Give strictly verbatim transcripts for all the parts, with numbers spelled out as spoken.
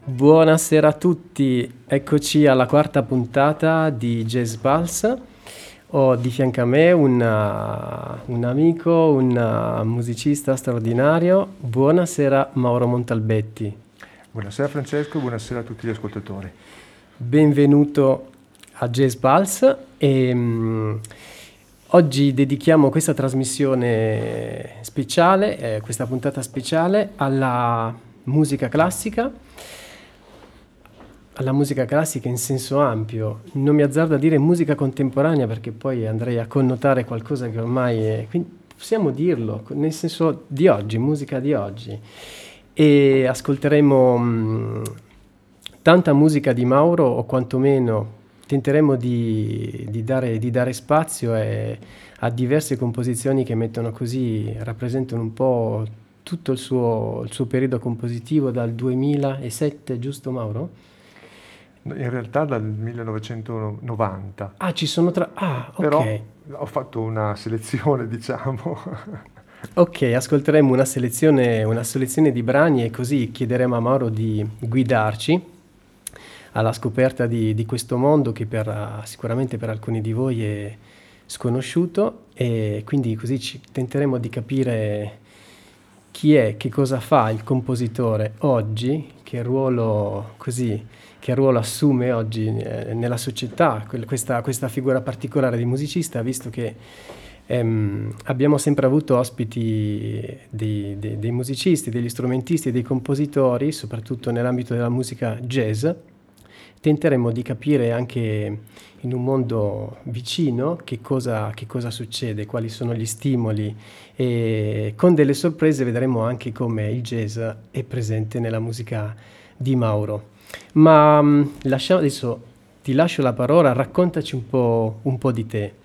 Buonasera a tutti, eccoci alla quarta puntata di Jazz Pulse. Ho di fianco a me una- un amico, un uh, musicista straordinario. Buonasera Mauro Montalbetti, Buonasera Francesco, buonasera a tutti gli ascoltatori. benvenuto a Jazz Pulse. E, mm, oggi dedichiamo questa trasmissione speciale, eh, questa puntata speciale alla musica classica. Alla musica classica in senso ampio, non mi azzardo a dire musica contemporanea perché poi andrei a connotare qualcosa che ormai è, quindi possiamo dirlo, nel senso di oggi, musica di oggi. E ascolteremo mh, tanta musica di Mauro, o quantomeno tenteremo di, di dare, di dare spazio e- a diverse composizioni che mettono così, rappresentano un po' tutto il suo, il suo periodo compositivo dal duemilasette, giusto Mauro? In realtà dal millenovecentonovanta, Ah, ci sono tra... Ah, ok. però ho fatto una selezione, diciamo. Ok, ascolteremo una selezione, una selezione di brani e così chiederemo a Mauro di guidarci alla scoperta di, di questo mondo che per, eh, sicuramente per alcuni di voi è sconosciuto, e quindi così ci tenteremo di capire chi è, che cosa fa il compositore oggi, che ruolo così, che ruolo assume oggi eh, nella società, quel- questa, questa figura particolare di musicista, visto che ehm, abbiamo sempre avuto ospiti dei, dei- dei musicisti, degli strumentisti e dei compositori, soprattutto nell'ambito della musica jazz. Tenteremo di capire anche in un mondo vicino che cosa, che cosa succede, quali sono gli stimoli, e con delle sorprese vedremo anche come il jazz è presente nella musica di Mauro. Ma mh, lasciamo adesso, ti lascio la parola, raccontaci un po', un po' di te.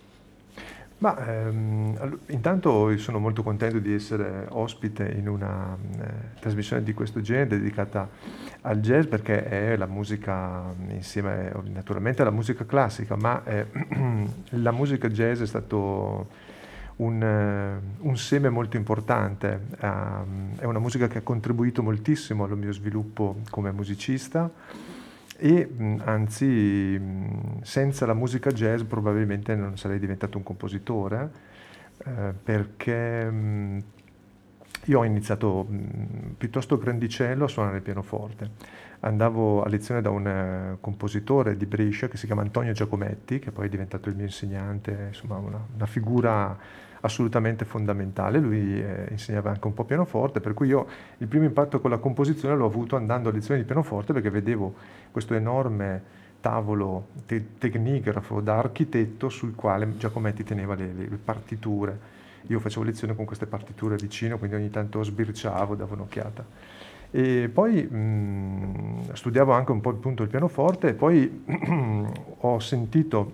Ma ehm, allo- intanto io sono molto contento di essere ospite in una mm, eh, trasmissione di questo genere dedicata al jazz perché è la musica mm, insieme eh, naturalmente alla musica classica, ma è- la musica jazz è stato un, eh, un seme molto importante. ehm, è una musica che ha contribuito moltissimo al mio sviluppo come musicista e mh, anzi mh, senza la musica jazz probabilmente non sarei diventato un compositore, eh, perché mh, io ho iniziato mh, piuttosto grandicello a suonare il pianoforte. Andavo a lezione da un eh, compositore di Brescia che si chiama Antonio Giacometti, che poi è diventato il mio insegnante, insomma una, una figura assolutamente fondamentale. Lui eh, insegnava anche un po' pianoforte, per cui io il primo impatto con la composizione l'ho avuto andando a lezioni di pianoforte perché vedevo questo enorme tavolo te- tecnigrafo da architetto sul quale Giacometti teneva le, le partiture. Io facevo lezione con queste partiture vicino, quindi ogni tanto sbirciavo, davo un'occhiata. E poi mh, studiavo anche un po' appunto il pianoforte e poi ho sentito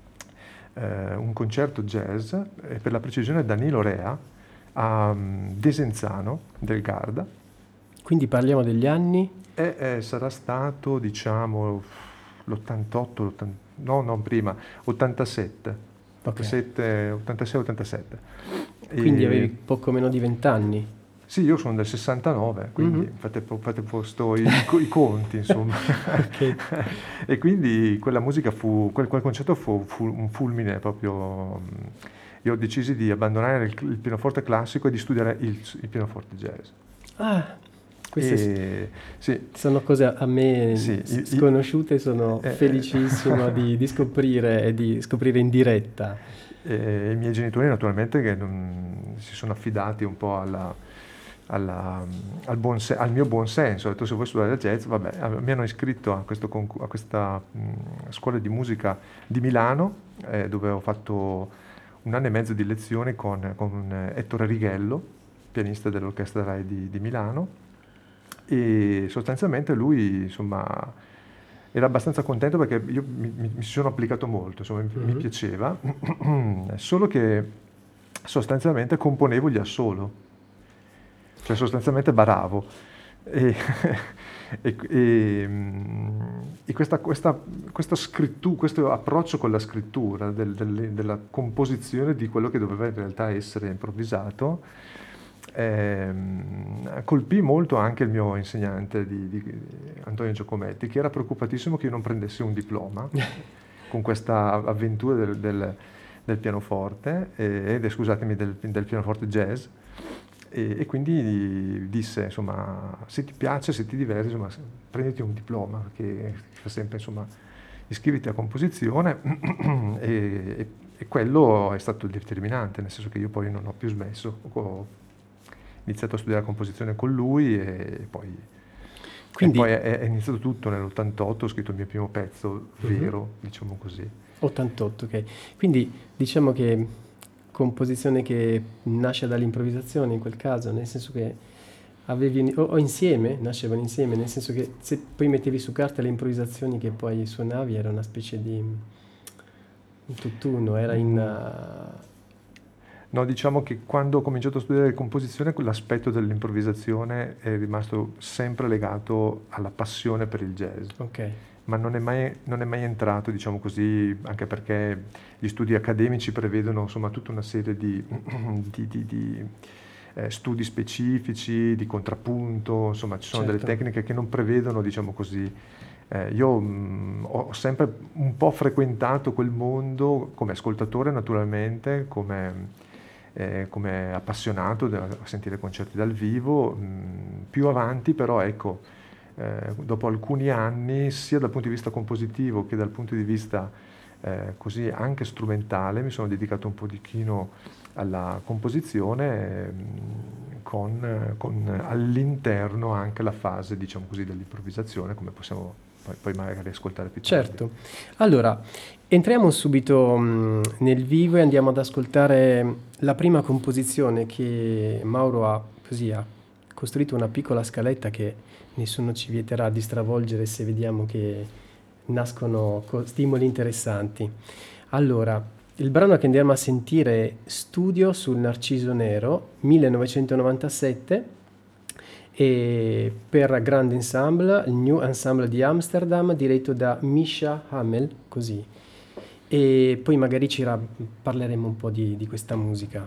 eh, un concerto jazz, eh, per la precisione Danilo Rea, a mm, Desenzano del Garda, Quindi parliamo degli anni? e eh, sarà stato, diciamo, l'ottantotto, l'ottanta no, non prima, ottantasette, Ok, ottantasette, ottantasei ottantasette. quindi avevi E, poco meno di vent'anni. sì, io sono del sessantanove, quindi Mhm. fate, po- fate posto i, i co- i conti, insomma. Ok. E quindi quella musica fu, quel, quel concerto fu, fu un fulmine proprio. mm, Io decisi di abbandonare il, il pianoforte classico e di studiare il, il pianoforte jazz. Ah, queste s- E sì, sono cose a me sì, s- i- i- sconosciute, sono eh, eh, felicissimo di, di scoprire e di scoprire in diretta. e i miei genitori naturalmente che non- si sono affidati un po' alla- alla- al, buon se- al mio buon senso. Ho detto se vuoi studiare il jazz, vabbè, eh, mi hanno iscritto a, questo concu- a questa mh, scuola di musica di Milano, eh, dove ho fatto un anno e mezzo di lezioni con, con Ettore Righello, pianista dell'Orchestra Rai di, di Milano, e sostanzialmente lui, insomma, era abbastanza contento perché io mi, mi- mi sono applicato molto, insomma, mi, mi Mhm. piaceva, solo che sostanzialmente componevo gli assolo, cioè sostanzialmente baravo. E, e- e, mm, e questa, questa, questa scrittu- questo approccio con la scrittura, del- del- della composizione di quello che doveva in realtà essere improvvisato, ehm, colpì molto anche il mio insegnante di, di- di Antonio Giacometti, che era preoccupatissimo che io non prendessi un diploma con questa avventura del, del- del pianoforte, e, ed, scusatemi, del, del pianoforte jazz. E, e quindi disse, insomma, se ti piace, se ti diverti, insomma, prenditi un diploma, che fa sempre, insomma, iscriviti a composizione e, e- e quello è stato determinante, nel senso che io poi non ho più smesso, ho iniziato a studiare composizione con lui e poi, e poi Quindi è, è iniziato tutto nell'ottantotto, ho scritto il mio primo pezzo mhm, vero, diciamo così. ottantotto, ok. Quindi diciamo che composizione che nasce dall'improvvisazione in quel caso, nel senso che avevi, un- o, o insieme, nascevano insieme, nel senso che se poi mettevi su carta le improvvisazioni che poi suonavi era una specie di un tutt'uno, era in... Mm, uh, No, diciamo che quando ho cominciato a studiare composizione, quell'aspetto dell'improvvisazione è rimasto sempre legato alla passione per il jazz, ok, ma non è mai, non è mai entrato, diciamo così, anche perché gli studi accademici prevedono insomma tutta una serie di, di- di- di, eh, studi specifici, di contrappunto, insomma ci sono delle certo. tecniche che non prevedono, diciamo così. Eh, io mh, ho sempre un po' frequentato quel mondo come ascoltatore naturalmente, come eh, come appassionato da- a sentire concerti dal vivo. Mh, più avanti però ecco, eh, dopo alcuni anni, sia dal punto di vista compositivo che dal punto di vista eh, così anche strumentale, mi sono dedicato un pochino alla composizione, ehm, con, eh, con all'interno anche la fase, diciamo così, dell'improvvisazione, come possiamo poi, poi magari ascoltare più tardi. Certo. Allora, entriamo subito mh, nel vivo e andiamo ad ascoltare la prima composizione che Mauro ha, così, ha costruito una piccola scaletta che nessuno ci vieterà di stravolgere se vediamo che nascono co- stimoli interessanti. Allora, il brano che andiamo a sentire è Studio sul Narciso Nero, millenovecentonovantasette, e per Grand Ensemble, il New Ensemble di Amsterdam, diretto da Misha Hamel, così. E poi magari ci ra- parleremo un po' di, di questa musica.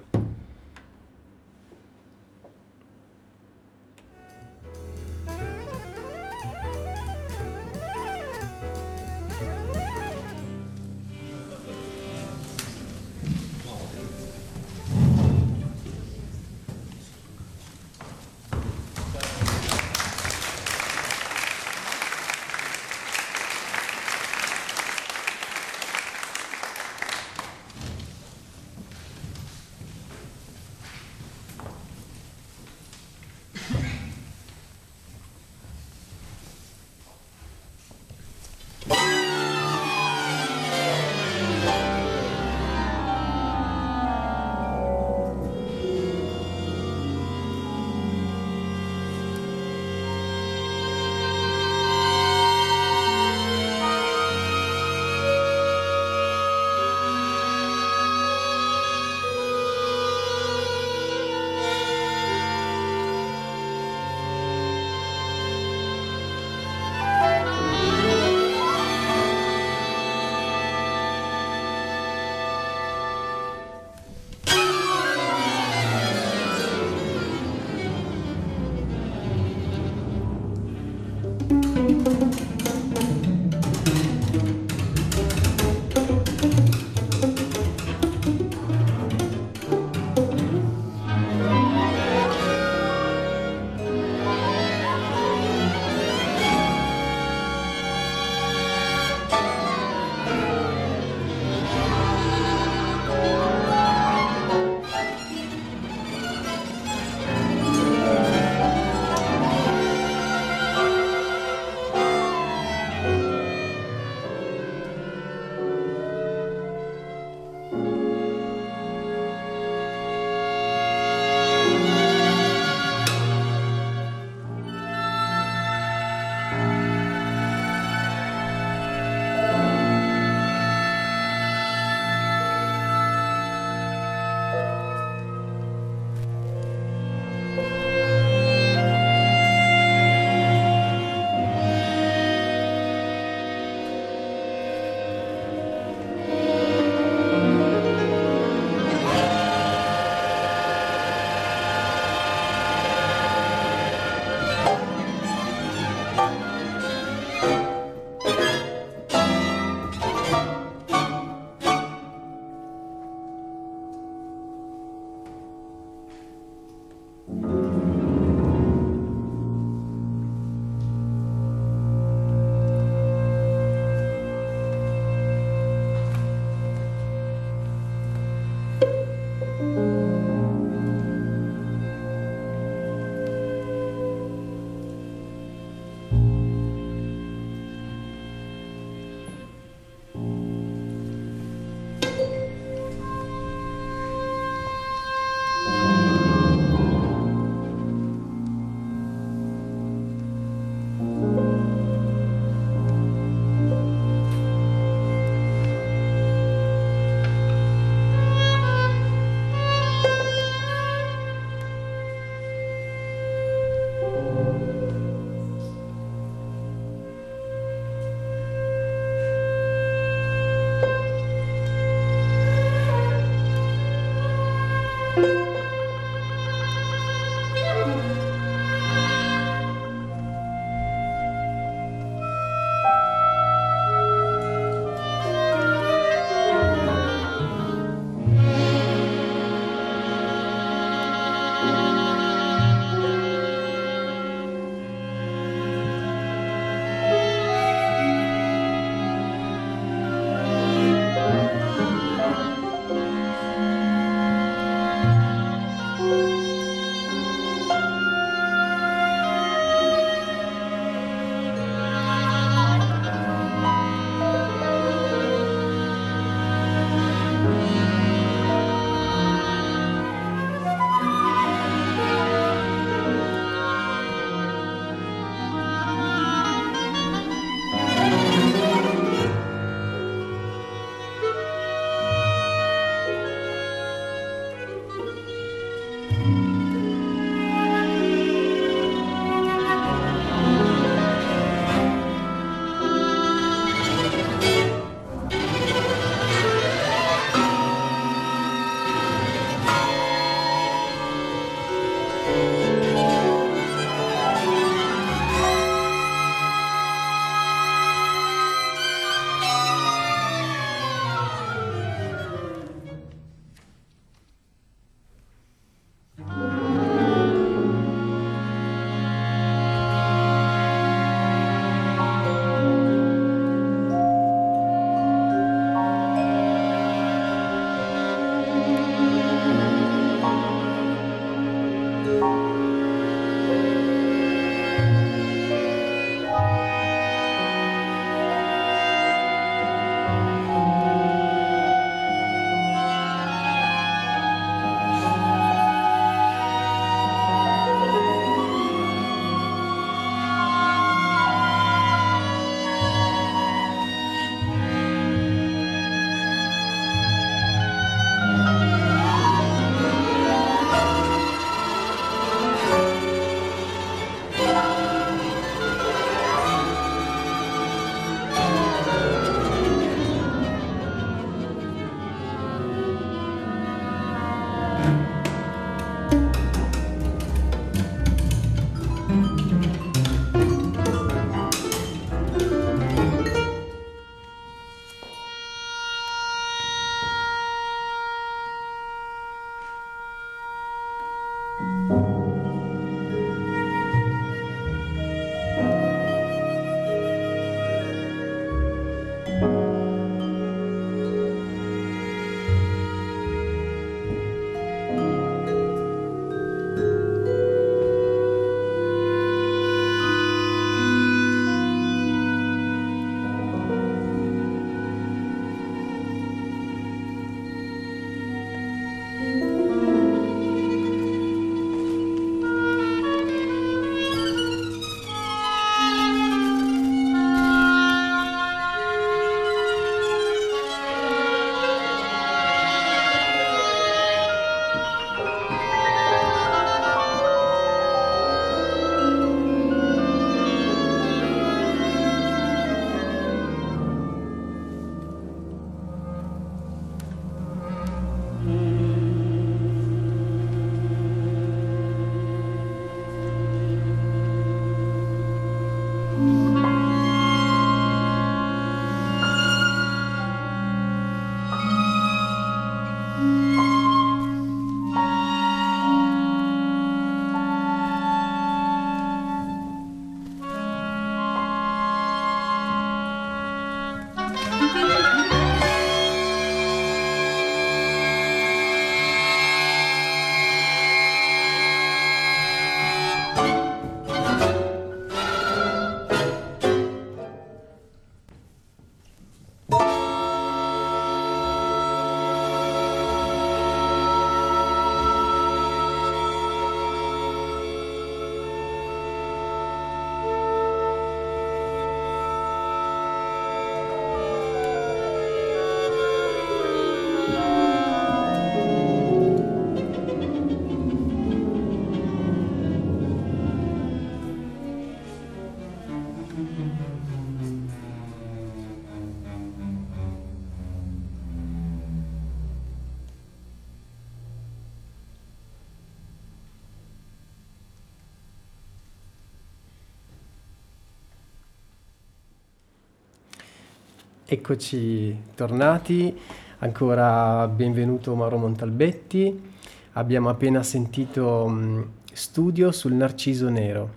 Eccoci tornati, ancora benvenuto Mauro Montalbetti. Abbiamo appena sentito mh, Studio sul Narciso Nero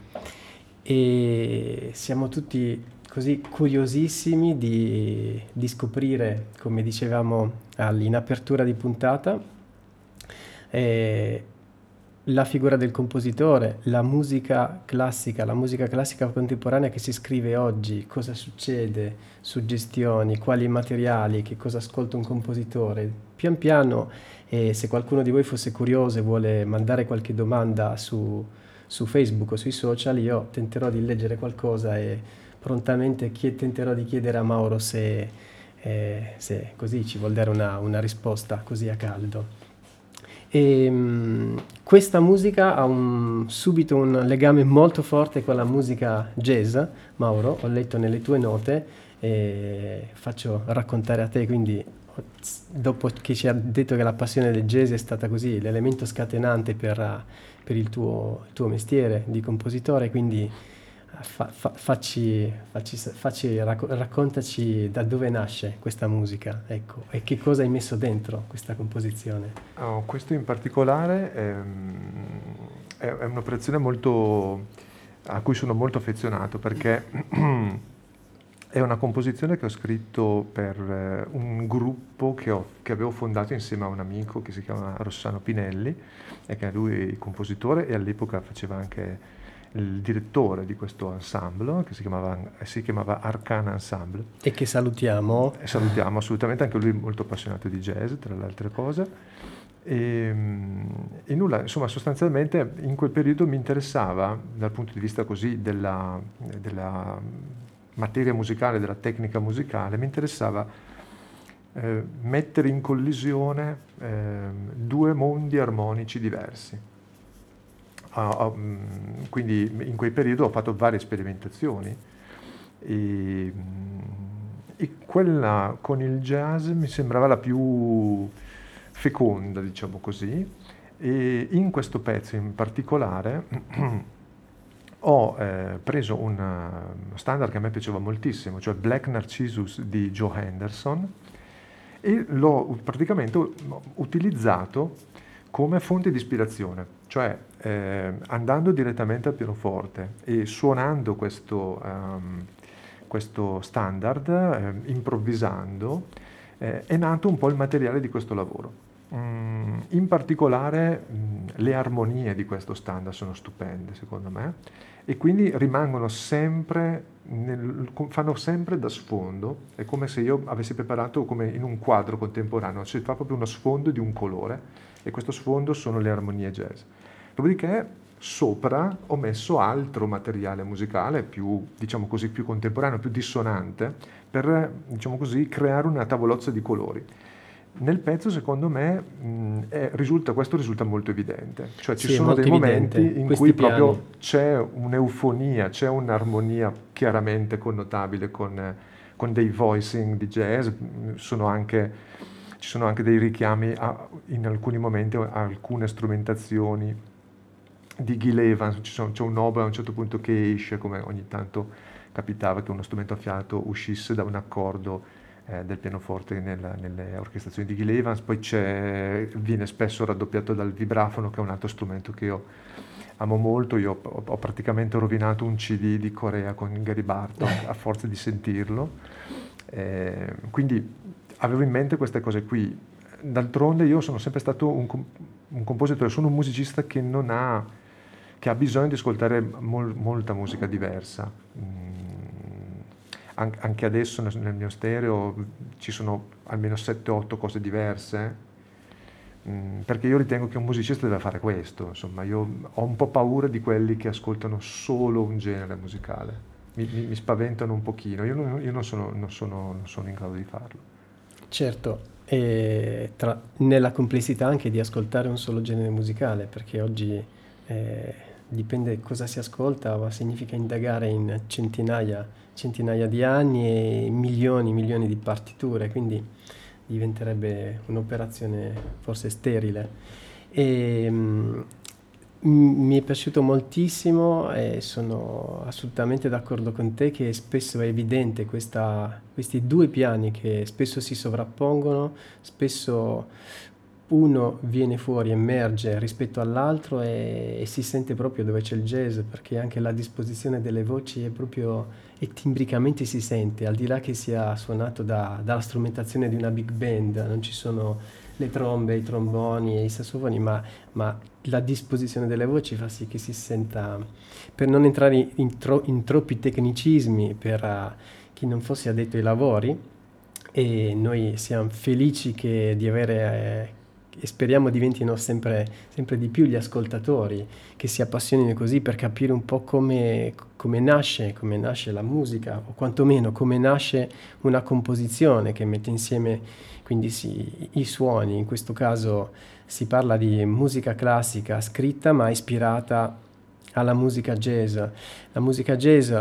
e siamo tutti così curiosissimi di, di scoprire, come dicevamo all- in apertura di puntata, eh, la figura del compositore, la musica classica, la musica classica contemporanea che si scrive oggi, cosa succede, suggestioni, quali materiali, che cosa ascolta un compositore. Pian piano, eh, se qualcuno di voi fosse curioso e vuole mandare qualche domanda su, su Facebook o sui social, io tenterò di leggere qualcosa e prontamente chie- tenterò di chiedere a Mauro se, eh, se così ci vuol dare una, una risposta così a caldo. E, mh, questa musica ha un- subito un legame molto forte con la musica jazz, Mauro, ho letto nelle tue note e faccio raccontare a te, quindi ho- dopo che ci ha detto che la passione del jazz è stata così l'elemento scatenante per, eh, per il tuo, il tuo mestiere di compositore, quindi eh, fa- fa- facci, facci, facci racco- raccontaci da dove nasce questa musica, ecco, e che cosa hai messo dentro questa composizione. Oh, questo in particolare ehm, è, è un'operazione molto, a cui sono molto affezionato perché è una composizione che ho scritto per eh, un gruppo che, ho- che avevo fondato insieme a un amico che si chiama Rossano Pinelli e che è lui il compositore e all'epoca faceva anche il direttore di questo ensemble che si chiamava, si chiamava Arcana Ensemble. E che salutiamo. E salutiamo assolutamente, anche lui molto appassionato di jazz, tra le altre cose. E, mm, e nulla, insomma, sostanzialmente in quel periodo mi interessava, dal punto di vista così della, della materia musicale, della tecnica musicale, mi interessava eh, mettere in collisione eh, due mondi armonici diversi. Ah, ah, mm, quindi in quel periodo ho fatto varie sperimentazioni e, mm, e quella con il jazz mi sembrava la più feconda, diciamo così, e in questo pezzo in particolare ho eh, preso un uh, standard che a me piaceva moltissimo, cioè Black Narcissus di Joe Henderson, e l'ho praticamente utilizzato come fonte di ispirazione, cioè eh, andando direttamente al pianoforte e suonando questo, ehm, questo standard, eh, improvvisando, eh, è nato un po' il materiale di questo lavoro. Mm, in particolare mm, le armonie di questo standard sono stupende secondo me e quindi rimangono sempre, nel, fanno sempre da sfondo, è come se io avessi preparato come in un quadro contemporaneo, si fa proprio uno sfondo di un colore e questo sfondo sono le armonie jazz. Dopodiché sopra ho messo altro materiale musicale più, diciamo così, più contemporaneo, più dissonante, per, diciamo così, creare una tavolozza di colori. Nel pezzo, secondo me, mh, è- risulta, questo risulta molto evidente. Cioè ci Sì, è sono molto dei evidente. momenti in Questi cui piani. proprio c'è un'eufonia, c'è un'armonia chiaramente connotabile con, eh, con dei voicing di jazz, mh, sono anche, ci sono anche dei richiami a- in alcuni momenti a alcune strumentazioni di Gil Evans, ci sono- c'è un oboe a un certo punto che esce, come ogni tanto capitava che uno strumento a fiato uscisse da un accordo eh, del pianoforte nella- nelle orchestrazioni di Gil Evans, poi c'è, viene spesso raddoppiato dal vibrafono, che è un altro strumento che io amo molto. Io ho, ho praticamente rovinato un C D di Corea con Gary Barton a forza di sentirlo. Eh, quindi avevo in mente queste cose qui. D'altronde io sono sempre stato un, com- un compositore, sono un musicista che non ha, che ha bisogno di ascoltare mol- molta musica diversa. Mm, an- anche adesso nel, nel mio stereo ci sono almeno sette otto cose diverse, mm, perché io ritengo che un musicista deve fare questo. Insomma, io ho un po' paura di quelli che ascoltano solo un genere musicale. Mi, mi- mi spaventano un pochino. Io non, io non sono, non sono- non sono in grado di farlo. Certo, e tra- nella complessità anche di ascoltare un solo genere musicale, perché oggi eh, dipende cosa si ascolta, ma significa indagare in centinaia, centinaia di anni e milioni, milioni di partiture, quindi diventerebbe un'operazione forse sterile. E, mh, M- Mi è piaciuto moltissimo e sono assolutamente d'accordo con te che spesso è evidente questa- questi due piani che spesso si sovrappongono, spesso uno viene fuori, emerge rispetto all'altro e, e si sente proprio dove c'è il jazz, perché anche la disposizione delle voci è proprio, e timbricamente si sente, al di là che sia suonato da- dalla strumentazione di una big band, non ci sono le trombe, i tromboni e i sassofoni, ma ma la disposizione delle voci fa sì che si senta, per non entrare in, tro- in troppi tecnicismi per eh, chi non fosse addetto ai lavori, e noi siamo felici che- di avere, eh, e speriamo diventino sempre, sempre di più gli ascoltatori che si appassionino così per capire un po' come, come nasce, come nasce la musica, o quantomeno come nasce una composizione che mette insieme quindi sì, i suoni. In questo caso si parla di musica classica scritta ma ispirata alla musica jazz. La musica jazz,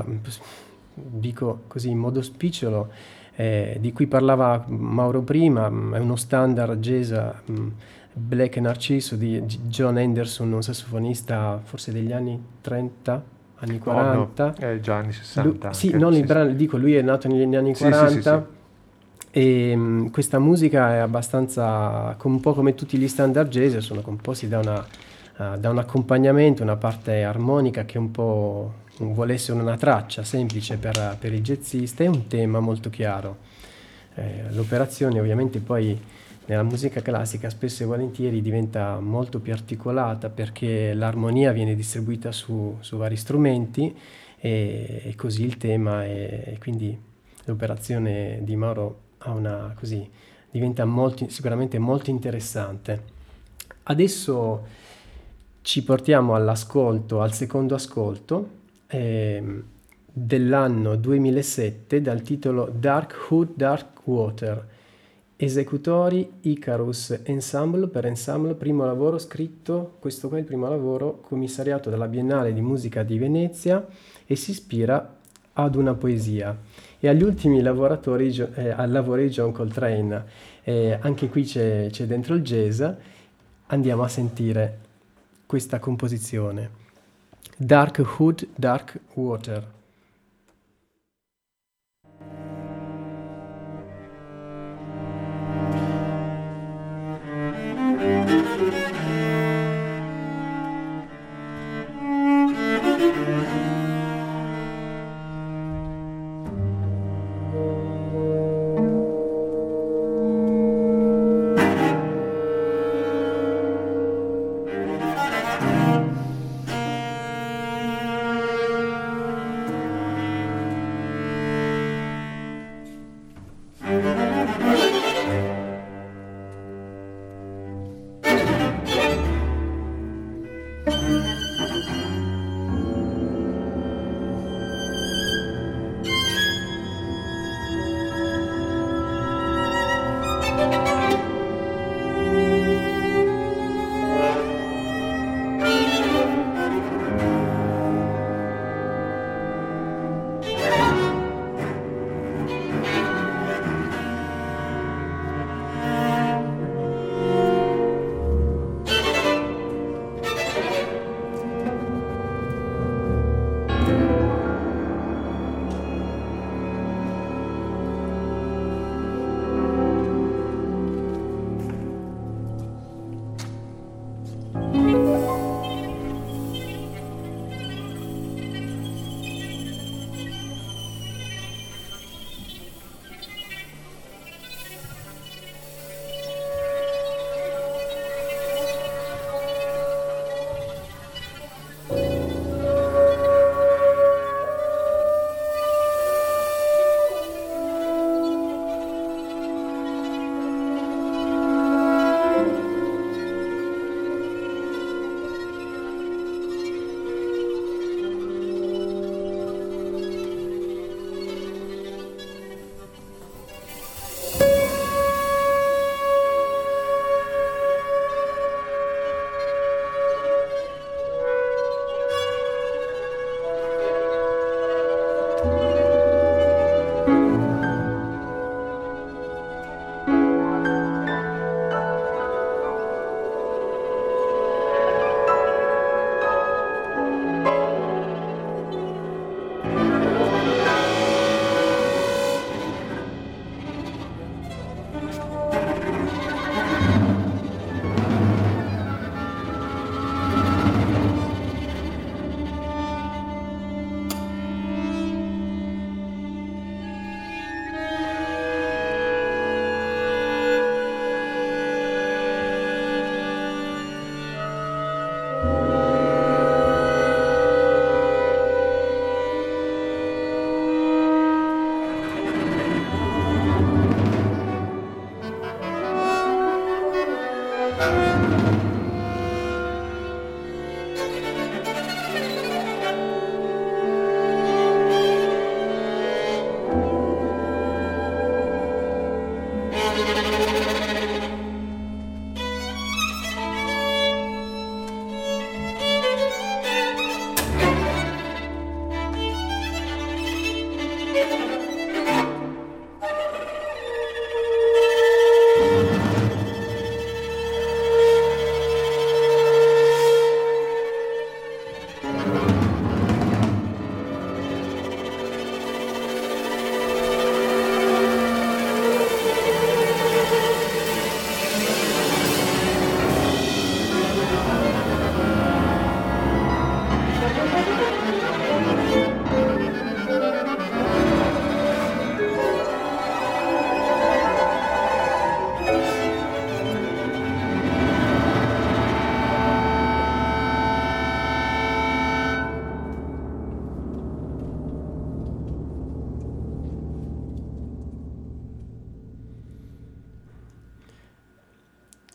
dico così in modo spicciolo, eh, di cui parlava Mauro prima, mh, è uno standard jazz, mh, Black Narciso di G- John Henderson, un sassofonista forse degli anni trenta, anni No, no, quaranta. è già anni Lu- sessanta sì, anche. non il Sì, sì. brano, dico, lui è nato negli anni Sì, sì, sì, sì. quaranta e mh, questa musica è abbastanza, com- un po' come tutti gli standard jazz, sono composti da una, eh, da un accompagnamento, una parte armonica che un po' vuole essere una traccia semplice per, per il jazzista e un tema molto chiaro. Eh, l'operazione ovviamente poi nella musica classica spesso e volentieri diventa molto più articolata perché l'armonia viene distribuita su, su vari strumenti e, e così il tema è, e quindi l'operazione di Mauro ha una, così, diventa molto, sicuramente molto interessante. Adesso ci portiamo all'ascolto, al secondo ascolto ehm, dell'anno duemilasette dal titolo Dark Hood Dark Water. Esecutori Icarus Ensemble per Ensemble, primo lavoro scritto, questo qua è il primo lavoro commissariato dalla Biennale di Musica di Venezia e si ispira ad una poesia e agli ultimi lavoratori, Gio- eh, al lavoro di John Coltrane. Eh, anche qui c'è, c'è dentro il jazz, andiamo a sentire questa composizione. Dark Hood, Dark Water.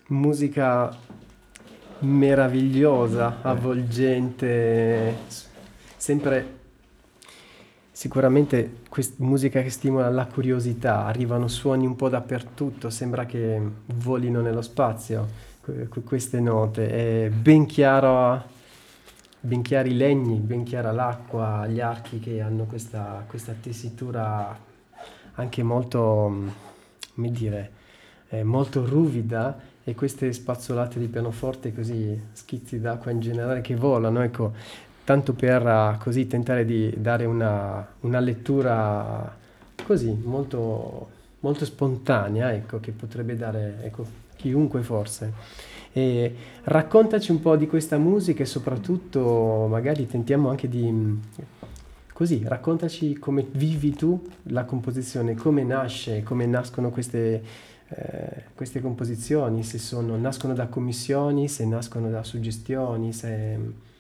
musica meravigliosa, avvolgente, s- sempre sicuramente quest- musica che stimola la curiosità, arrivano suoni un po' dappertutto, sembra che volino nello spazio que- que- queste note, è ben chiaro, ben chiari i legni, ben chiara l'acqua, gli archi che hanno questa, questa tessitura anche molto, mm, come dire, eh, molto ruvida e queste spazzolate di pianoforte così, schizzi d'acqua in generale che volano, ecco, tanto per eh, così tentare di dare una, una lettura così molto, molto spontanea, ecco, che potrebbe dare, ecco, chiunque forse. E raccontaci un po' di questa musica e soprattutto magari tentiamo anche di... mh, così, raccontaci come vivi tu la composizione, come nasce, come nascono queste, eh, queste composizioni, se sono, nascono da commissioni, se nascono da suggestioni, se...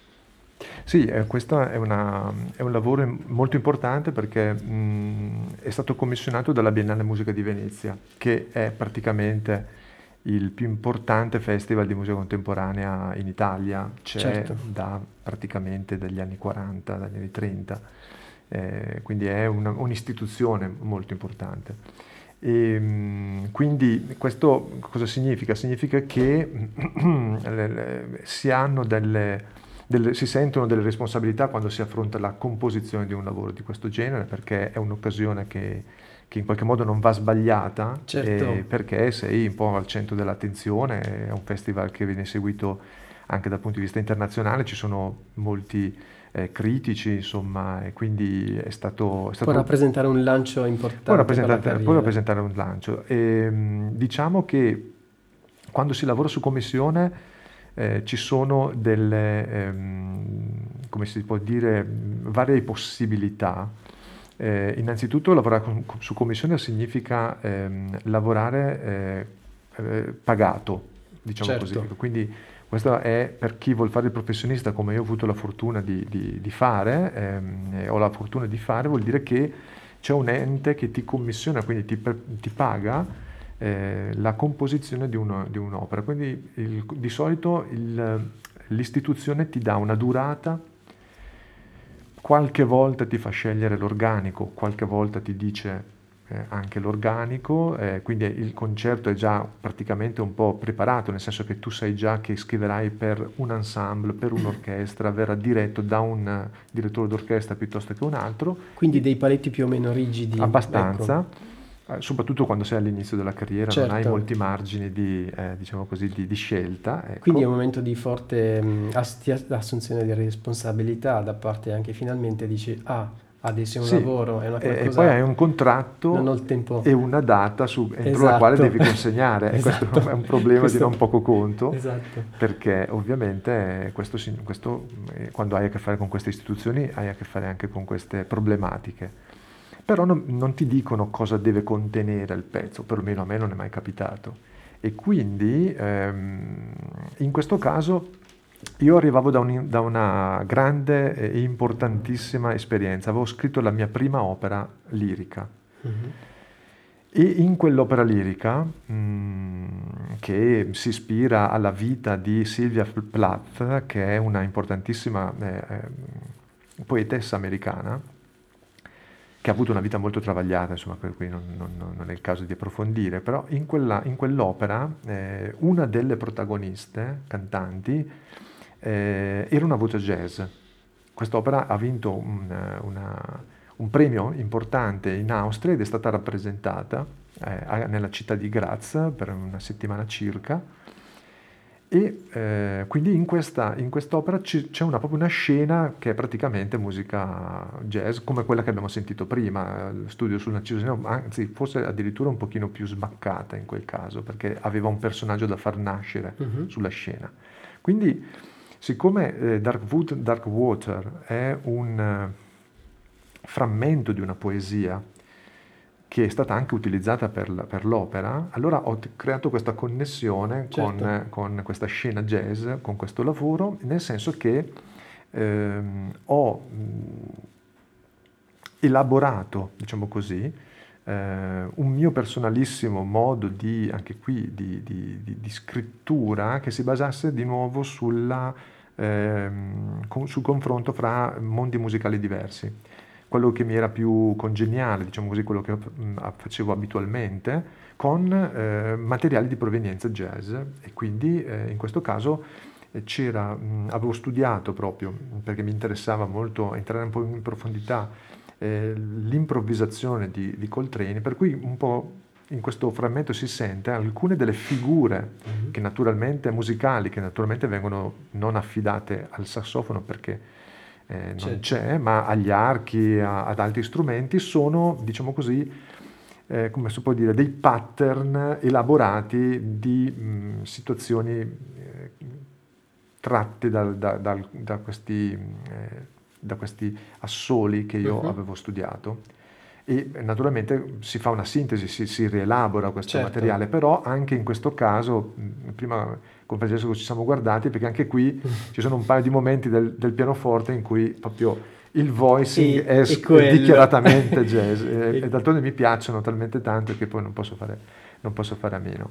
Sì, eh, questo è, una- è un lavoro im- molto importante perché mh, è stato commissionato dalla Biennale Musica di Venezia, che è praticamente il più importante festival di musica contemporanea in Italia. C'è Certo, da praticamente dagli anni quaranta, dagli anni trenta, eh, quindi è una- un'istituzione molto importante. E, mh, quindi questo cosa significa? Significa che le- le- si hanno delle, delle- si sentono delle responsabilità quando si affronta la composizione di un lavoro di questo genere, perché è un'occasione che, che in qualche modo non va sbagliata, eh, certo. perché sei un po' al centro dell'attenzione, è un festival che viene seguito anche dal punto di vista internazionale, ci sono molti eh, critici, insomma, e quindi è stato, è Può stato rappresentare un lancio Può importante per la rappresentare, può carriera. rappresentare un lancio. E, mh, diciamo che quando si lavora su commissione eh, ci sono delle, ehm, come si può dire, mh, varie possibilità. Eh, innanzitutto lavorare con- su commissione significa ehm, lavorare eh, eh, pagato, diciamo così. Certo, Ecco, quindi questo è per chi vuol fare il professionista, come io ho avuto la fortuna di, di- di fare, ehm, e ho la fortuna di fare, vuol dire che c'è un ente che ti commissiona, quindi ti, per- ti paga eh, la composizione di, uno- di un'opera. Quindi il- di solito il- l'istituzione ti dà una durata, qualche volta ti fa scegliere l'organico, qualche volta ti dice eh, anche l'organico, eh, quindi il concerto è già praticamente un po' preparato, nel senso che tu sai già che scriverai per un ensemble, per un'orchestra, verrà diretto da un eh, direttore d'orchestra piuttosto che un altro, quindi e dei paletti più o meno rigidi, ecco, abbastanza, eh, soprattutto quando sei all'inizio della carriera, non hai certo. molti margini di, eh, diciamo così, di, di scelta, Quindi è un ecco. momento di forte mh, ast- assunzione di responsabilità da parte anche finalmente dici, ah, adesso è un Sì, lavoro, è una e, e poi qualcosa, hai un non ho contratto il tempo. e una data su- entro la quale Esatto, devi consegnare, e questo è esatto, un problema di non questo, poco conto, esatto. perché ovviamente questo, sign- questo, eh, quando hai a che fare con queste istituzioni hai a che fare anche con queste problematiche. Però non, non ti dicono cosa deve contenere il pezzo, perlomeno a me non è mai capitato. E quindi ehm, in questo caso io arrivavo da, un- da una grande e importantissima esperienza. Avevo scritto la mia prima opera lirica. Mhm. E in quell'opera lirica, mm, che si ispira alla vita di Sylvia Plath, che è una importantissima eh, eh, poetessa americana, che ha avuto una vita molto travagliata, insomma, per cui non, non- non è il caso di approfondire, però in quella- in quell'opera eh, una delle protagoniste, cantanti, eh, era una voce jazz. Quest'opera ha vinto un, eh, una- un premio importante in Austria ed è stata rappresentata eh, a- nella città di Graz per una settimana circa. E eh, quindi in questa, in quest'opera ci- c'è una, proprio una scena che è praticamente musica jazz, come quella che abbiamo sentito prima, il studio sul Narciso, anzi forse addirittura un pochino più smaccata in quel caso, perché aveva un personaggio da far nascere Mhm. sulla scena. Quindi, siccome eh, Dark Wood, Dark Water è un eh, frammento di una poesia che è stata anche utilizzata per, la- per l'opera, allora ho t- creato questa connessione Certo, con, con questa scena jazz, con questo lavoro, nel senso che ehm, ho mh, elaborato, diciamo così, eh, un mio personalissimo modo di, anche qui, di, di- di- di scrittura che si basasse di nuovo sulla, ehm, con- sul confronto fra mondi musicali diversi. Quello che mi era più congeniale, diciamo così, quello che mm, facevo abitualmente, con eh, materiali di provenienza jazz e quindi eh, in questo caso eh, c'era, mh, avevo studiato proprio perché mi interessava molto entrare un po' in profondità eh, l'improvvisazione di, di Coltrane, per cui un po' in questo frammento si sente alcune delle figure Mhm. che naturalmente musicali, che naturalmente vengono non affidate al sassofono perché eh, non Certo. c'è, ma agli archi, a- ad altri strumenti, sono, diciamo così, eh, come si può dire, dei pattern elaborati di mh, situazioni eh, tratte dal- da, dal- da questi, eh, da questi assoli che io Mhm. avevo studiato. E eh, naturalmente si fa una sintesi, si, si rielabora questo Certo. materiale, però anche in questo caso, mh, prima con Francesco ci siamo guardati, perché anche qui ci sono un paio di momenti del, del pianoforte in cui proprio il voicing E, è, e s- è quello. dichiaratamente jazz e, e E- d'altronde mi piacciono talmente tanto che poi non posso fare, non posso fare a meno.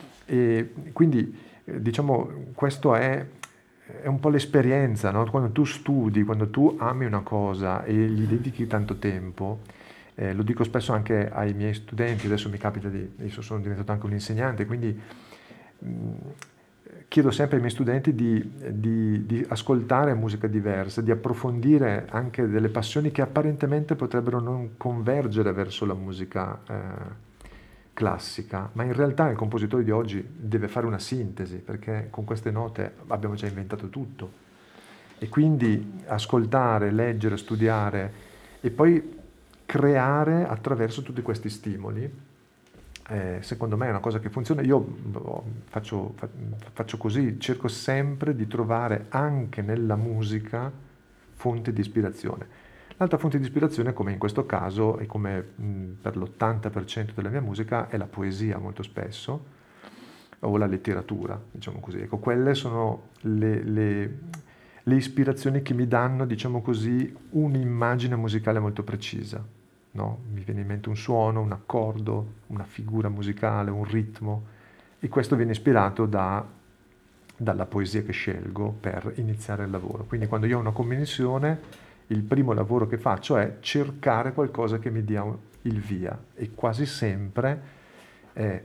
E quindi eh, diciamo questo è, è un po' l'esperienza, no? Quando tu studi, quando tu ami una cosa e gli dedichi tanto tempo, eh, lo dico spesso anche ai miei studenti, adesso mi capita di, adesso sono diventato anche un insegnante, quindi mh, chiedo sempre ai miei studenti di, di- di ascoltare musica diversa, di approfondire anche delle passioni che apparentemente potrebbero non convergere verso la musica eh, classica, ma in realtà il compositore di oggi deve fare una sintesi, perché con queste note abbiamo già inventato tutto. E quindi ascoltare, leggere, studiare e poi creare attraverso tutti questi stimoli, eh, secondo me è una cosa che funziona. Io boh, faccio, fa- faccio così, cerco sempre di trovare anche nella musica fonte di ispirazione. L'altra fonte di ispirazione, come in questo caso e come mh, per l'ottanta per cento della mia musica, è la poesia molto spesso, o la letteratura, diciamo così. Ecco, quelle sono le, le- le ispirazioni che mi danno, diciamo così, un'immagine musicale molto precisa. No? Mi viene in mente un suono, un accordo, una figura musicale, un ritmo, e questo viene ispirato da- dalla poesia che scelgo per iniziare il lavoro. Quindi quando io ho una commissione, il primo lavoro che faccio è cercare qualcosa che mi dia un- il via, e quasi sempre è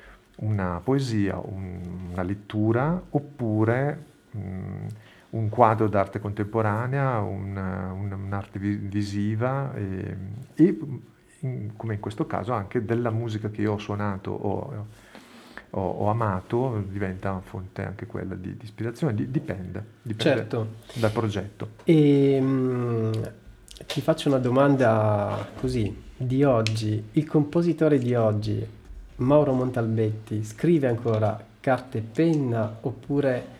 una poesia, un- una lettura, oppure mh, un quadro d'arte contemporanea, un- un- un'arte vi- visiva e, e, in- come in questo caso anche della musica che io ho suonato o ho, ho amato, diventa una fonte anche quella di, di ispirazione. Di- dipende, dipende certo. dal progetto. E mm, ti faccio una domanda così, di oggi. Il compositore di oggi, Mauro Montalbetti, scrive ancora carta e penna oppure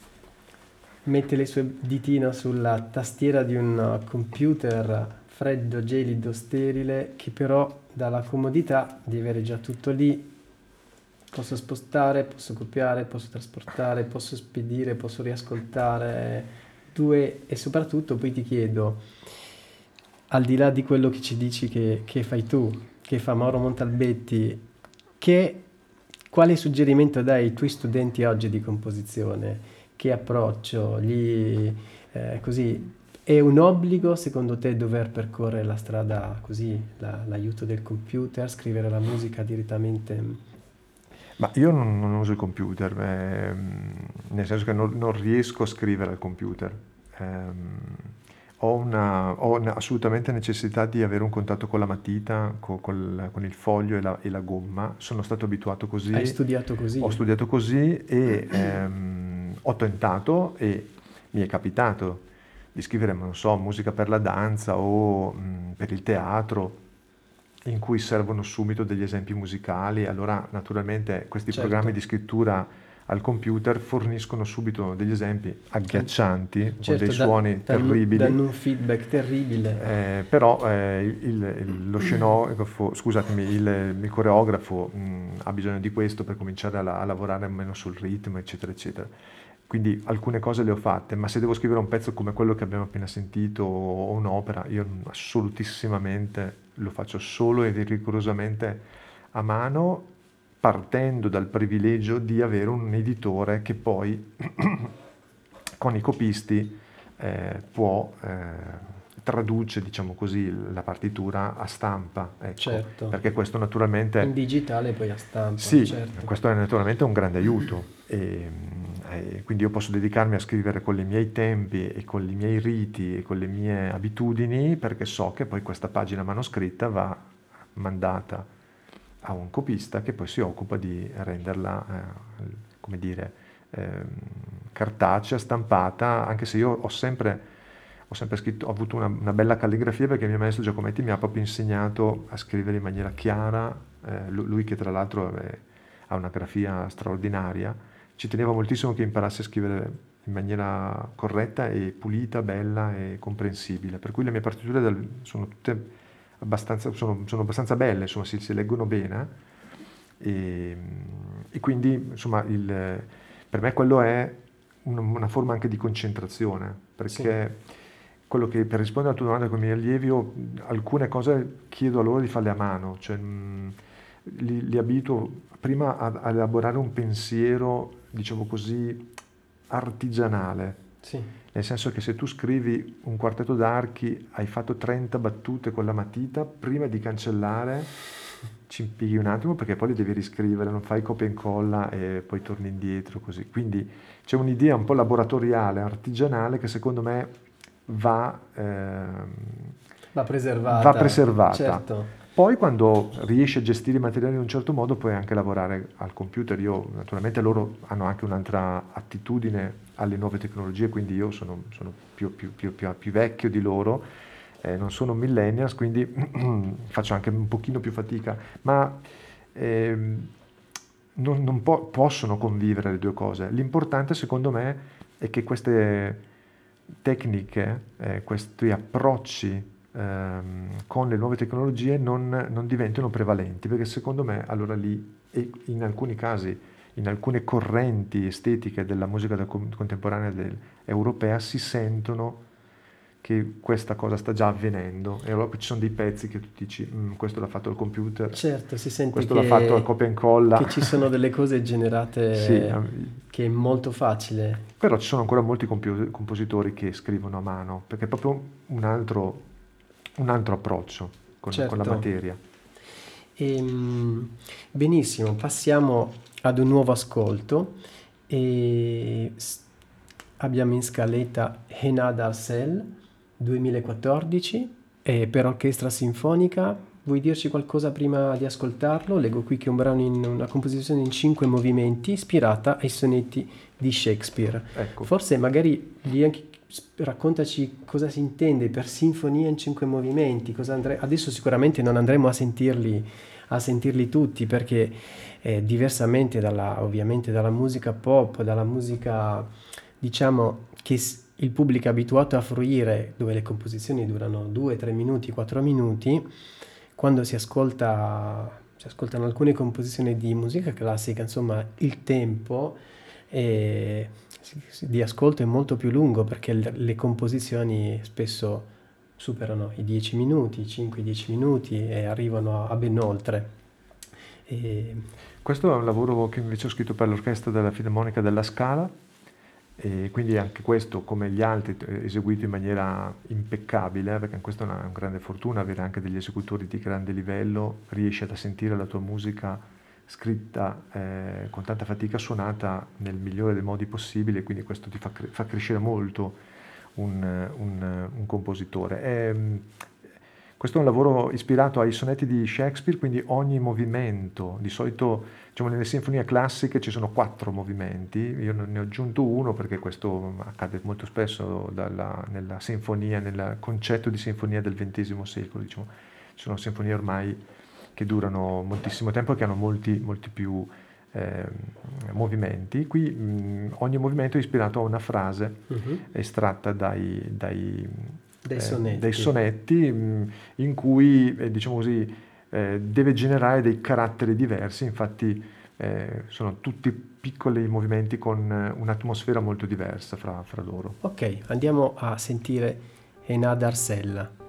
mette le sue ditino sulla tastiera di un computer freddo, gelido, sterile, che però dà la comodità di avere già tutto lì. Posso spostare, posso copiare, posso trasportare, posso spedire, posso riascoltare. Due, e soprattutto poi ti chiedo, al di là di quello che ci dici che, che fai tu, che fa Mauro Montalbetti, che, quale suggerimento dai ai tuoi studenti oggi di composizione? Che approccio? Gli, eh, così, è un obbligo secondo te dover percorrere la strada così, la- l'aiuto del computer, scrivere la musica direttamente? Ma io non, non uso il computer, ehm, nel senso che non, non riesco a scrivere al computer. Ehm, ho una, ho una- assolutamente necessità di avere un contatto con la matita, co- col- con il foglio e la, e la gomma. Sono stato abituato Hai così, studiato ho così? studiato così e ehm, ho tentato e mi è capitato di scrivere, non so, musica per la danza o mh, per il teatro in cui servono subito degli esempi musicali. Allora, naturalmente, questi programmi Certo. di scrittura al computer forniscono subito degli esempi An- agghiaccianti con dei certo, da- suoni danno, danno terribili, un feedback terribile. eh, però eh, il- il- lo scenografo, scusatemi, il, il coreografo mh, ha bisogno di questo per cominciare a, la- a lavorare meno sul ritmo, eccetera, eccetera. quindi alcune cose le ho fatte, ma se devo scrivere un pezzo come quello che abbiamo appena sentito o un'opera, io assolutissimamente lo faccio solo e rigorosamente a mano, partendo dal privilegio di avere un editore che poi con i copisti eh, può eh, traduce, diciamo così, la partitura a stampa, ecco, Certo. perché questo In naturalmente digitale poi a stampa, sì, certo. questo è naturalmente un grande aiuto e, e quindi io posso dedicarmi a scrivere con i miei tempi e con i miei riti e con le mie abitudini perché so che poi questa pagina manoscritta va mandata a un copista che poi si occupa di renderla, eh, come dire, ehm, cartacea, stampata, anche se io ho sempre, ho sempre scritto, ho avuto una, una bella calligrafia perché il mio maestro Giacometti mi ha proprio insegnato a scrivere in maniera chiara, eh, lu- lui che tra l'altro è- ha una grafia straordinaria, ci teneva moltissimo che imparassi a scrivere in maniera corretta e pulita, bella e comprensibile, per cui le mie partiture del- sono tutte abbastanza, sono, sono abbastanza belle, insomma, si, si leggono bene e, e quindi insomma il, per me quello è una, una forma anche di concentrazione, Sì, perché quello che per rispondere alla tua domanda con i miei allievi, io, mh, alcune cose chiedo a loro di farle a mano, cioè mh, li, li abituo prima a, a elaborare un pensiero, diciamo così, artigianale. sì, Nel senso che se tu scrivi un quartetto d'archi, hai fatto trenta battute con la matita, prima di cancellare ci impieghi un attimo perché poi li devi riscrivere, non fai copia e incolla e poi torni indietro così. Quindi c'è un'idea un po' laboratoriale, artigianale che secondo me va, ehm, va va preservata, preservata. certo. Poi quando riesci a gestire i materiali in un certo modo puoi anche lavorare al computer. Io naturalmente loro hanno anche un'altra attitudine alle nuove tecnologie, quindi io sono, sono più, più- più- più- più vecchio di loro, eh, non sono millennials, quindi faccio anche un pochino più fatica, ma ehm, non, non po- possono convivere le due cose. L'importante secondo me è che queste tecniche, eh, questi approcci ehm, con le nuove tecnologie non, non diventino prevalenti, perché secondo me allora lì, e in alcuni casi, in alcune correnti estetiche della musica da- contemporanea del- europea si sentono che questa cosa sta già avvenendo e allora ci sono dei pezzi che tu dici: "Mm, questo l'ha fatto il computer, Certo, si sente questo l'ha fatto a che, copia e incolla." che ci sono delle cose Sì, generate ehm, che è molto facile. però ci sono ancora molti compio- compositori che scrivono a mano, perché è proprio un altro, un altro approccio con, con la Certo. materia. Ehm, benissimo, passiamo ad un nuovo ascolto e s- abbiamo in scaletta Henad Arsel duemilaquattordici e per orchestra sinfonica. Vuoi dirci qualcosa prima di ascoltarlo? Leggo qui che è un brano in una composizione in cinque movimenti ispirata ai sonetti di Shakespeare. Ecco, Forse magari lì anche raccontaci cosa si intende per sinfonia in cinque movimenti. Cosa andre- Adesso sicuramente non andremo a sentirli, a sentirli tutti perché eh, diversamente dalla, ovviamente dalla musica pop, dalla musica diciamo che s- il pubblico è abituato a fruire, dove le composizioni durano due tre minuti, quattro minuti, quando si ascolta, si ascoltano alcune composizioni di musica classica, insomma, il tempo eh, si- si- di ascolto è molto più lungo perché le, le composizioni spesso superano i dieci minuti, cinque dieci minuti e arrivano a, a ben oltre. E, questo è un lavoro che invece ho scritto per l'orchestra della Filarmonica della Scala e quindi anche questo, come gli altri, eh, eseguito in maniera impeccabile, eh, perché questa è una, una grande fortuna avere anche degli esecutori di grande livello, riesci a sentire la tua musica scritta eh, con tanta fatica, suonata nel migliore dei modi possibili, e quindi questo ti fa, cre- fa crescere molto un, un- un compositore. È, questo è un lavoro ispirato ai sonetti di Shakespeare, quindi ogni movimento, di solito diciamo, nelle sinfonie classiche ci sono quattro movimenti, io ne ho aggiunto uno perché questo accade molto spesso dalla- nella sinfonia, nel concetto di sinfonia del ventesimo secolo, diciamo. Ci sono sinfonie ormai che durano moltissimo tempo e che hanno molti, molti più ehm, movimenti. Qui mh, ogni movimento è ispirato a una frase Mhm. estratta dai, dai, Dei eh, dai sonetti. sonetti mh, in cui, eh, diciamo così, eh, deve generare dei caratteri diversi. Infatti eh, sono tutti piccoli movimenti con eh, un'atmosfera molto diversa fra, fra loro. Ok, andiamo a sentire Enad Arsella.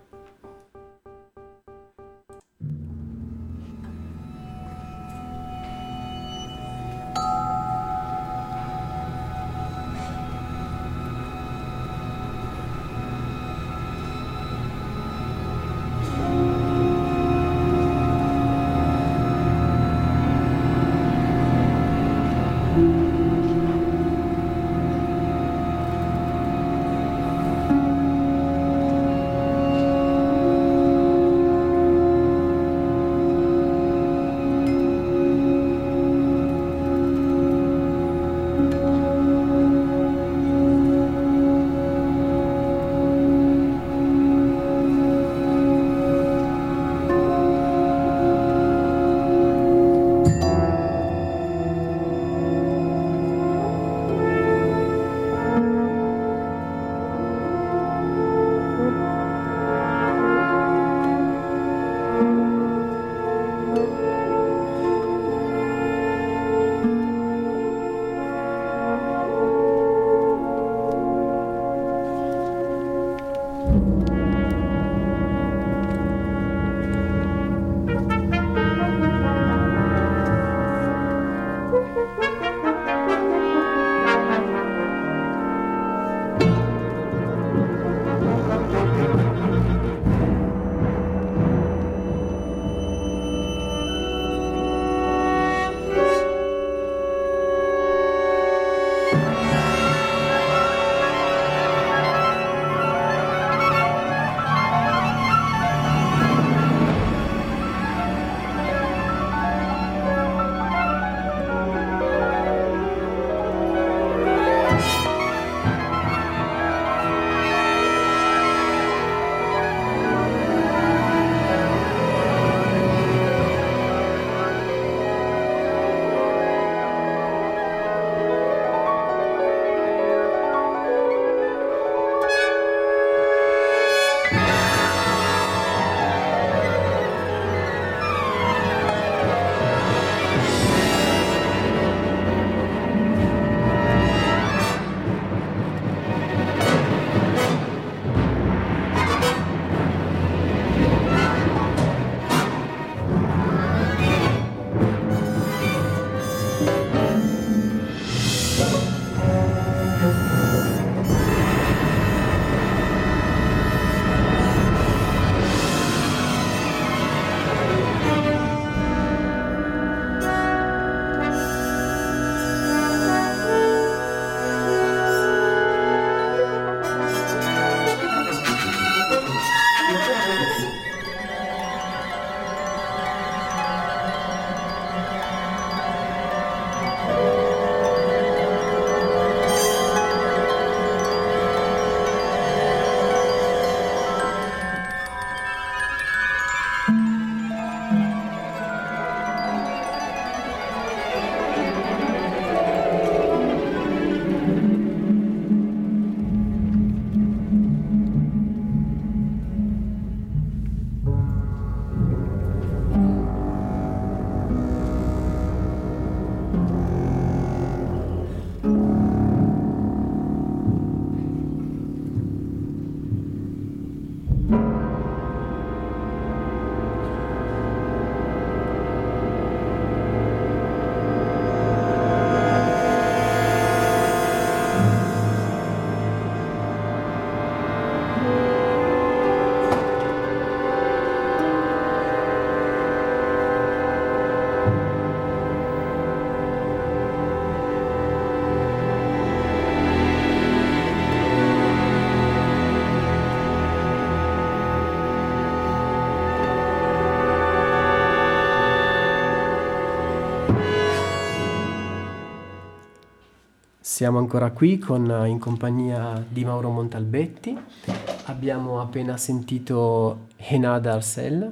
Siamo ancora qui con, in compagnia di Mauro Montalbetti. Abbiamo appena sentito Enad Arsella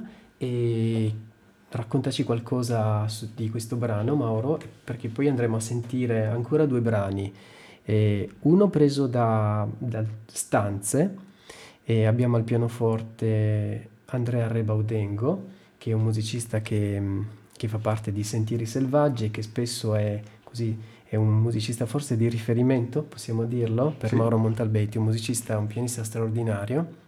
e raccontaci qualcosa su- di questo brano, Mauro, perché poi andremo a sentire ancora due brani. Eh, uno preso da, da Stanze e abbiamo al pianoforte Andrea Rebaudengo, che è un musicista che mh, che fa parte di Sentieri Selvaggi e che spesso è così, è un musicista forse di riferimento, possiamo dirlo, per Sì. Mauro Montalbetti, un musicista, un pianista straordinario.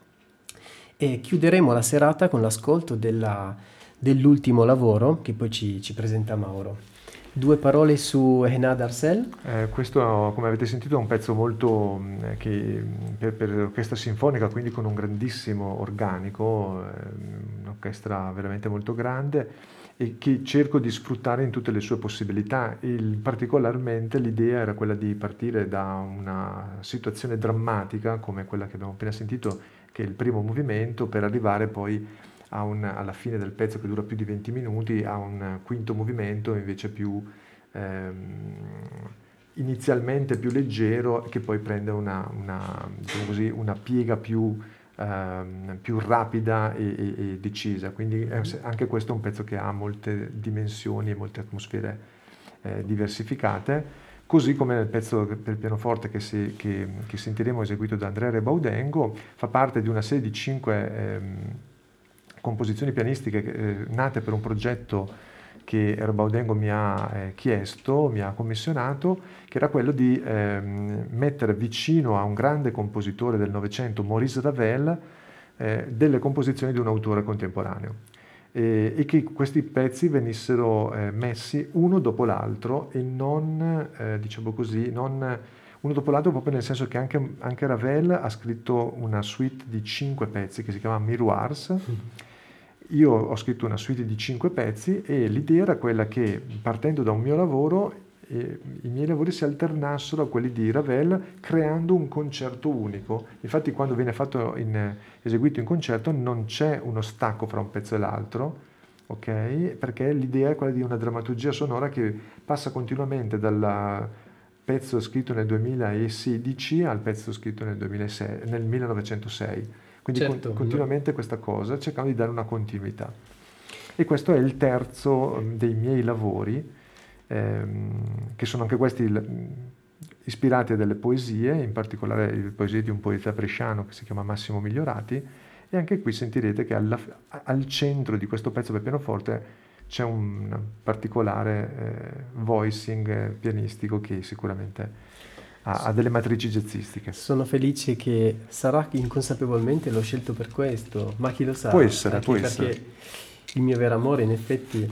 E chiuderemo la serata con l'ascolto della- dell'ultimo lavoro che poi ci, ci presenta Mauro. Due parole su Henad Arsel. Eh, questo, come avete sentito, è un pezzo molto mh, che, mh, per, per orchestra sinfonica, quindi con un grandissimo organico, ehm, un'orchestra veramente molto grande e che cerco di sfruttare in tutte le sue possibilità. Il- particolarmente l'idea era quella di partire da una situazione drammatica come quella che abbiamo appena sentito, che è il primo movimento, per arrivare poi a un- alla fine del pezzo che dura più di venti minuti, a un quinto movimento invece più ehm, inizialmente più leggero, che poi prende una, una, diciamo così, una piega più, ehm, più rapida e, e- e decisa. Quindi è- anche questo è un pezzo che ha molte dimensioni e molte atmosfere eh, diversificate. Così come nel pezzo per pianoforte che, si- che- che sentiremo eseguito da Andrea Rebaudengo, fa parte di una serie di cinque ehm, composizioni pianistiche eh, nate per un progetto che Rebaudengo mi ha eh, chiesto, mi ha commissionato, che era quello di ehm, mettere vicino a un grande compositore del Novecento, Maurice Ravel, eh, delle composizioni di un autore contemporaneo e, e che questi pezzi venissero eh, messi uno dopo l'altro e non, eh, diciamo così, non uno dopo l'altro, proprio nel senso che anche, anche Ravel ha scritto una suite di cinque pezzi che si chiama Miroirs. Io ho scritto una suite di cinque pezzi e l'idea era quella che, partendo da un mio lavoro, eh, i miei lavori si alternassero a quelli di Ravel, creando un concerto unico. Infatti, quando viene fatto in, eseguito in concerto, non c'è uno stacco fra un pezzo e l'altro, ok? Perché l'idea è quella di una drammaturgia sonora che passa continuamente dal pezzo scritto nel duemilasedici al pezzo scritto nel duemilasei, nel millenovecentosei. Quindi con- Certo, no- continuamente questa cosa, cercando di dare una continuità. E questo è il terzo mm, dei miei lavori, ehm, che sono anche questi l- mm, ispirati a delle poesie, in particolare le poesie di un poeta bresciano che si chiama Massimo Migliorati, e anche qui sentirete che alla f- a- al centro di questo pezzo per pianoforte c'è un particolare eh, voicing eh, pianistico che sicuramente ha, ha delle matrici jazzistiche. sono felice che sarà che inconsapevolmente l'ho scelto per questo, ma chi lo Può sa, essere, anche può essere. perché il mio vero amore in effetti,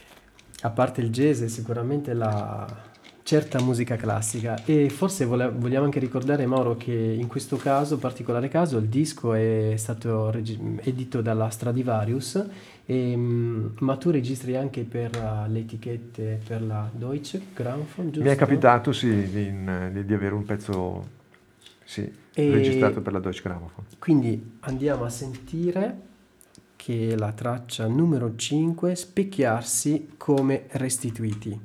a parte il jazz, è sicuramente la certa musica classica e forse vole- vogliamo anche ricordare, Mauro, che in questo caso, particolare caso, il disco è stato regi- edito dalla Stradivarius, e, mm, ma tu registri anche per uh, le etichette per la Deutsche Grammophon, Mi è giusto? capitato, sì, di, in- di- di avere un pezzo, sì, registrato E per la Deutsche Grammophon. quindi andiamo a sentire che la traccia numero cinque, Specchiarsi come restituiti.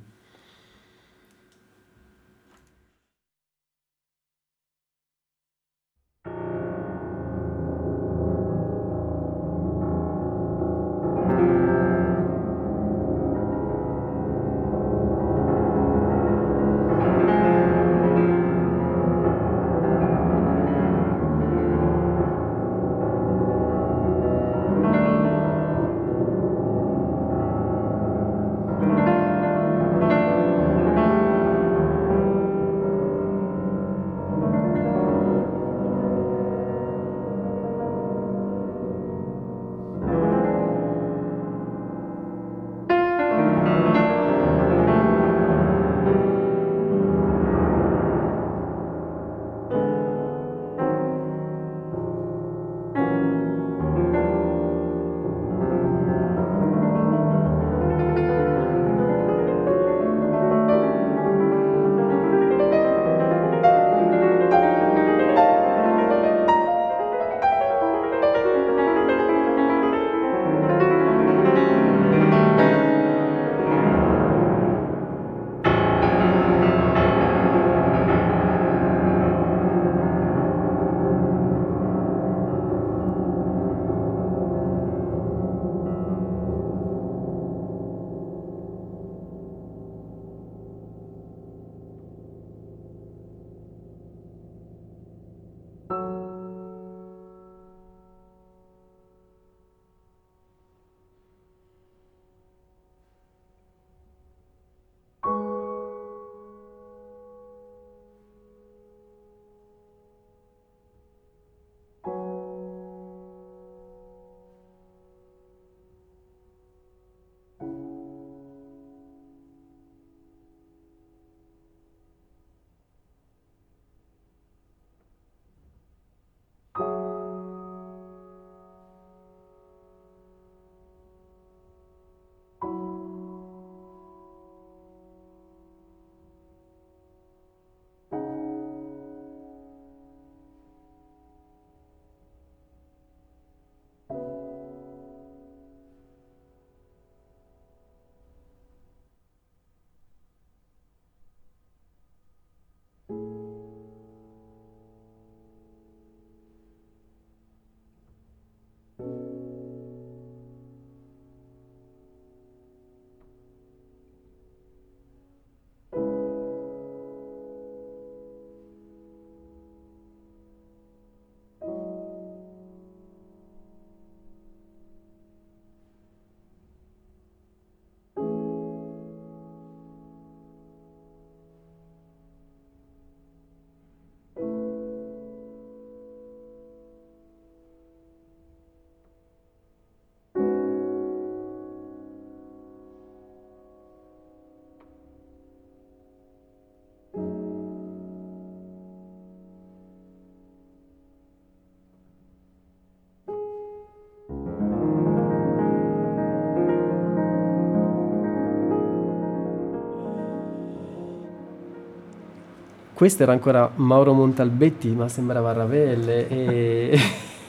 questo era ancora Mauro Montalbetti, ma sembrava Ravel. E...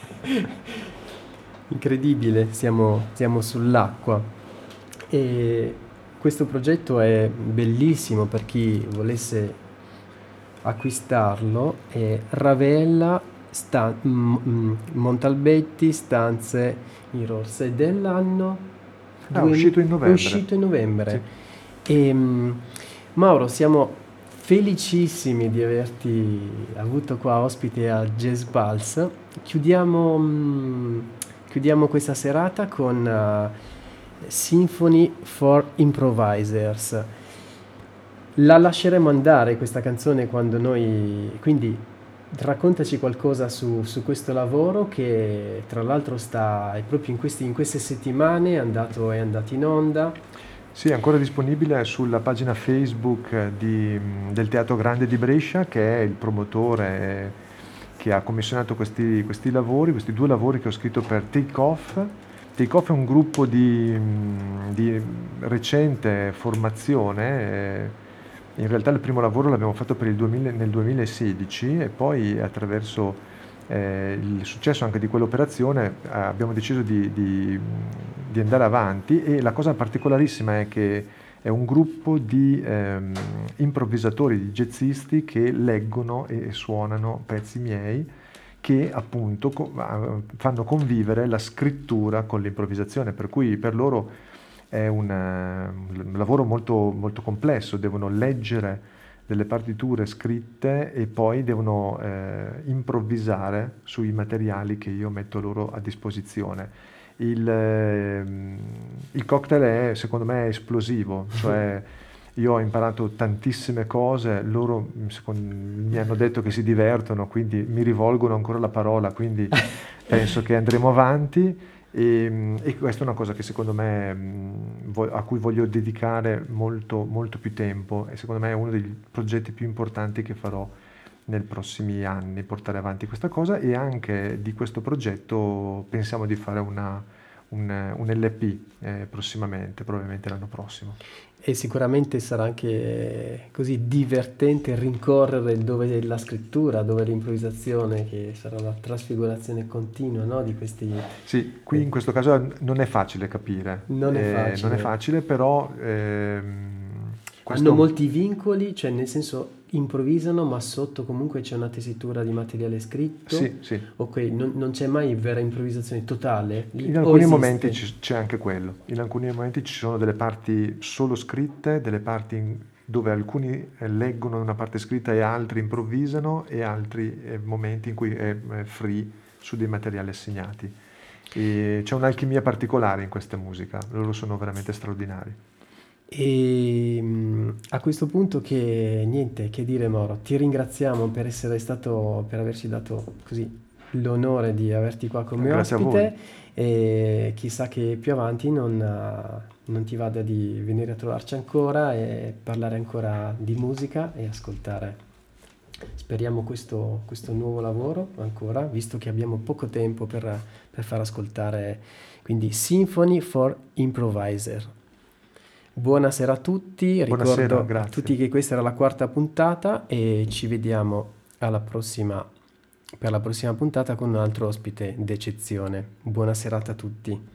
incredibile, siamo, siamo sull'acqua. E questo progetto è bellissimo per chi volesse acquistarlo. È Ravella, sta- m- m- Montalbetti, stanze in rosso. È dell'anno Ah, è duemila, uscito in è novembre. uscito in novembre. Sì. E, mh, Mauro, siamo felicissimi di averti avuto qua ospite a Jazz Pulse. Chiudiamo, mh, chiudiamo questa serata con uh, Symphony for Improvisers. La lasceremo andare questa canzone quando noi... Quindi raccontaci qualcosa su, su questo lavoro che tra l'altro sta è proprio in, questi, in queste settimane è andato, è andato in onda. Sì, è ancora disponibile sulla pagina Facebook di- del Teatro Grande di Brescia, che è il promotore che ha commissionato questi, questi lavori, questi due lavori che ho scritto per Take Off. Take Off è un gruppo di, di recente formazione. eh, In realtà il primo lavoro l'abbiamo fatto per il duemila nel duemilasedici e poi attraverso eh, il successo anche di quell'operazione eh, abbiamo deciso di, di- di andare avanti, e la cosa particolarissima è che è un gruppo di ehm, improvvisatori, di jazzisti che leggono e suonano pezzi miei che appunto co- ah, fanno convivere la scrittura con l'improvvisazione, per cui per loro è un, eh, un lavoro molto, molto complesso, devono leggere delle partiture scritte e poi devono eh, improvvisare sui materiali che io metto loro a disposizione. Il, ehm, il cocktail è, secondo me, è esplosivo, cioè io ho imparato tantissime cose, loro mm, secon- mi hanno detto che si divertono, quindi mi rivolgono ancora la parola, quindi penso che andremo avanti. E, e questa è una cosa che secondo me mh, vo- a cui voglio dedicare molto, molto più tempo, e secondo me è uno dei progetti più importanti che farò nei prossimi anni, portare avanti questa cosa. E anche di questo progetto pensiamo di fare una, un, un L P eh, prossimamente, probabilmente l'anno prossimo. E sicuramente sarà anche così divertente rincorrere dove è la scrittura, dove è l'improvvisazione, che sarà la trasfigurazione continua, no, di questi... Sì, qui eh, in questo caso non è facile capire, non è eh, non è facile. facile, però ehm, Hanno questo molti vincoli, cioè nel senso improvvisano, ma sotto comunque c'è una tessitura di materiale scritto. sì, sì. Ok, non, non c'è mai vera improvvisazione totale, lì- In o alcuni momenti esiste? ci- c'è anche quello, in alcuni momenti ci sono delle parti solo scritte, delle parti in- dove alcuni eh, leggono una parte scritta e altri improvvisano, e altri eh, momenti in cui è, è free su dei materiali assegnati. E c'è un'alchimia particolare in questa musica, loro sono veramente straordinari. E mm, a questo punto che niente, che dire Mauro, ti ringraziamo per essere stato, per averci dato così l'onore di averti qua come Grazie a voi. ospite, e chissà che più avanti non, eh, non ti vada di venire a trovarci ancora e parlare ancora di musica e ascoltare. Speriamo questo, questo nuovo lavoro ancora, visto che abbiamo poco tempo per, per far ascoltare, quindi Symphony for Improviser. Buonasera a tutti, Buonasera, ricordo a grazie. tutti che questa era la quarta puntata e ci vediamo alla prossima, per la prossima puntata con un altro ospite d'eccezione. Buona serata a tutti.